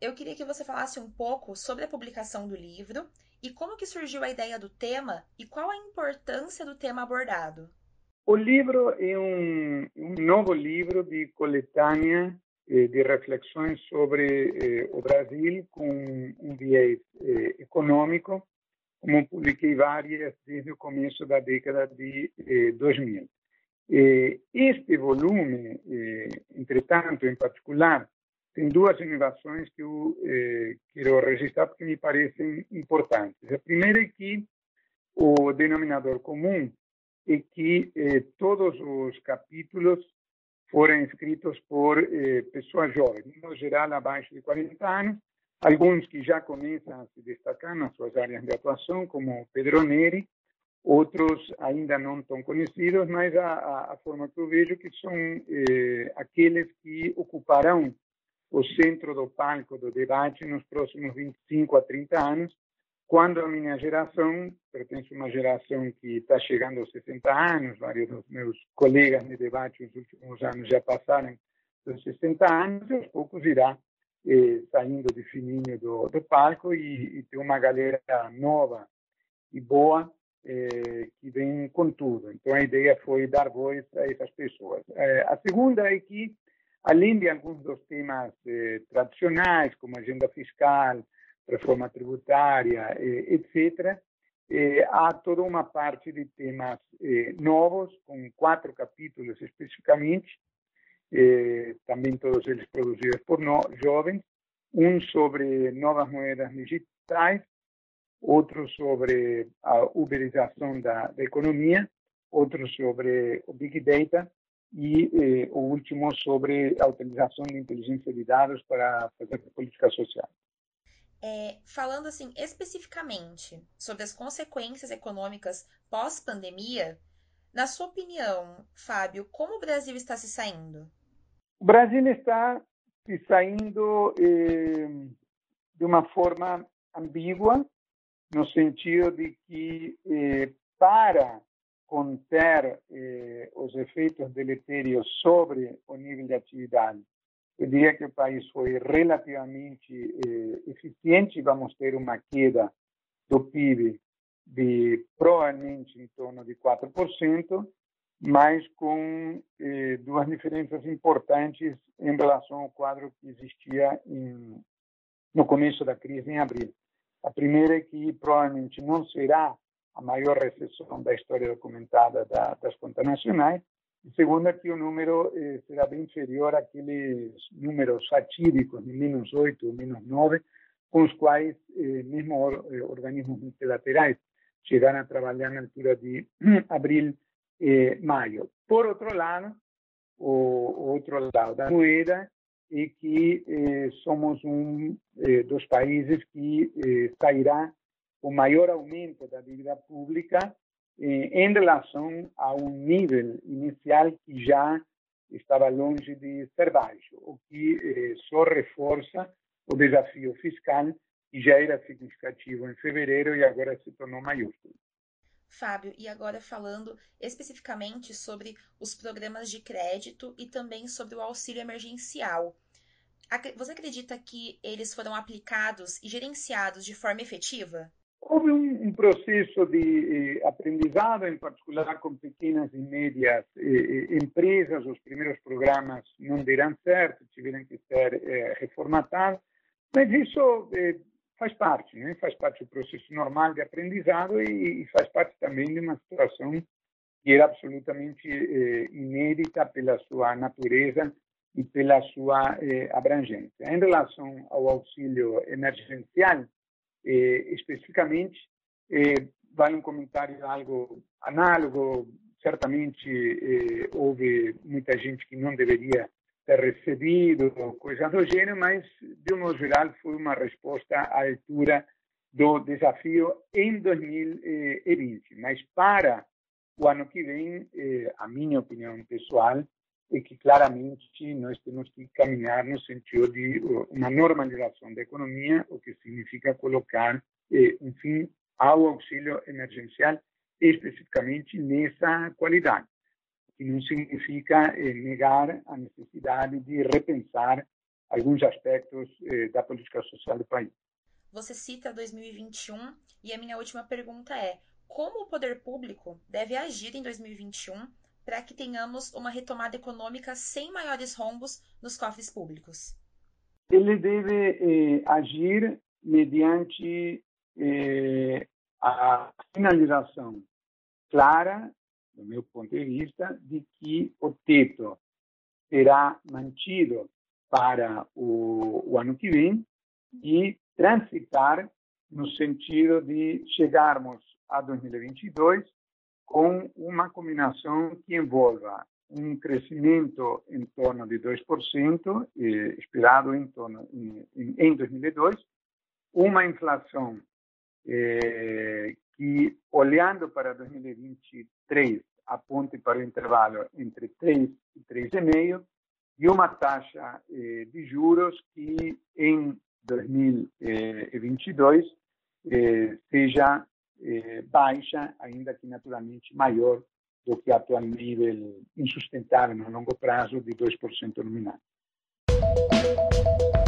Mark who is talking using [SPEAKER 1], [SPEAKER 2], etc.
[SPEAKER 1] eu queria que você falasse um pouco sobre a publicação do livro e como que surgiu a ideia do tema e qual a importância do tema abordado.
[SPEAKER 2] O livro é um novo livro de coletânea de reflexões sobre o Brasil com um viés econômico, como publiquei várias desde o começo da década de 2000. Este volume, entretanto, em particular, tem duas inovações que eu quero registrar porque me parecem importantes. A primeira é que o denominador comum é que todos os capítulos foram escritos por pessoas jovens, no geral abaixo de 40 anos, alguns que já começam a se destacar nas suas áreas de atuação, como Pedro Neri, outros ainda não tão conhecidos, mas a forma que eu vejo que são aqueles que ocuparão o centro do palco do debate nos próximos 25 a 30 anos, quando a minha geração, pertence a uma geração que está chegando aos 60 anos, vários dos meus colegas de debate nos últimos anos já passaram dos 60 anos, e aos poucos irá saindo de fininho do palco e tem uma galera nova e boa que vem com tudo. Então, a ideia foi dar voz a essas pessoas. A segunda é que, além de alguns dos temas tradicionais, como agenda fiscal, reforma tributária, etc., há toda uma parte de temas novos, com 4 capítulos especificamente, também todos eles produzidos por jovens, um sobre novas moedas digitais, outro sobre a uberização da economia, outro sobre o Big Data e o último sobre a utilização de inteligência de dados para fazer política social.
[SPEAKER 1] Falando assim especificamente sobre as consequências econômicas pós-pandemia, na sua opinião, Fábio, como o Brasil está se saindo?
[SPEAKER 2] O Brasil está se saindo de uma forma ambígua, no sentido de que, para conter os efeitos deletérios sobre o nível de atividade, eu diria que o país foi relativamente eficiente. Vamos ter uma queda do PIB de provavelmente em torno de 4%, mas com duas diferenças importantes em relação ao quadro que existia no começo da crise, em abril. A primeira é que provavelmente não será a maior recessão da história documentada das contas nacionais. E segunda, que o número será bem inferior àqueles números fatídicos de -8 ou -9, com os quais mesmo organismos multilaterais chegaram a trabalhar na altura de abril, maio. Por outro lado, o outro lado da moeda é que somos um dos países que sairá o maior aumento da dívida pública em relação a um nível inicial que já estava longe de ser baixo, o que só reforça o desafio fiscal, que já era significativo em fevereiro e agora se tornou maiúsculo.
[SPEAKER 1] Fábio, e agora falando especificamente sobre os programas de crédito e também sobre o auxílio emergencial. Você acredita que eles foram aplicados e gerenciados de forma efetiva?
[SPEAKER 2] Houve um processo de aprendizado, em particular com pequenas e médias empresas. Os primeiros programas não deram certo, tiveram que ser reformatados, mas isso faz parte, né? Faz parte do processo normal de aprendizado e faz parte também de uma situação que era absolutamente inédita pela sua natureza e pela sua abrangência. Em relação ao auxílio emergencial, especificamente, vale um comentário algo análogo. Certamente houve muita gente que não deveria ter recebido, coisa do gênero, mas, de um modo geral, foi uma resposta à altura do desafio em 2020. Mas, para o ano que vem, a minha opinião pessoal é que, claramente, nós temos que caminhar no sentido de uma normalização da economia, o que significa colocar um fim ao auxílio emergencial, especificamente nessa qualidade, que não significa negar a necessidade de repensar alguns aspectos da política social do país.
[SPEAKER 1] Você cita 2021 e a minha última pergunta é: como o poder público deve agir em 2021 para que tenhamos uma retomada econômica sem maiores rombos nos cofres públicos?
[SPEAKER 2] Ele deve agir mediante a finalização clara, do meu ponto de vista, de que o teto será mantido para o ano que vem e transitar no sentido de chegarmos a 2022 com uma combinação que envolva um crescimento em torno de 2%, esperado em 2002, uma inflação que, olhando para 2023, aponte para o intervalo entre 3 e 3,5%, e uma taxa de juros que, em 2022, seja baixa, ainda que naturalmente maior do que o atual nível insustentável no longo prazo de 2% nominal.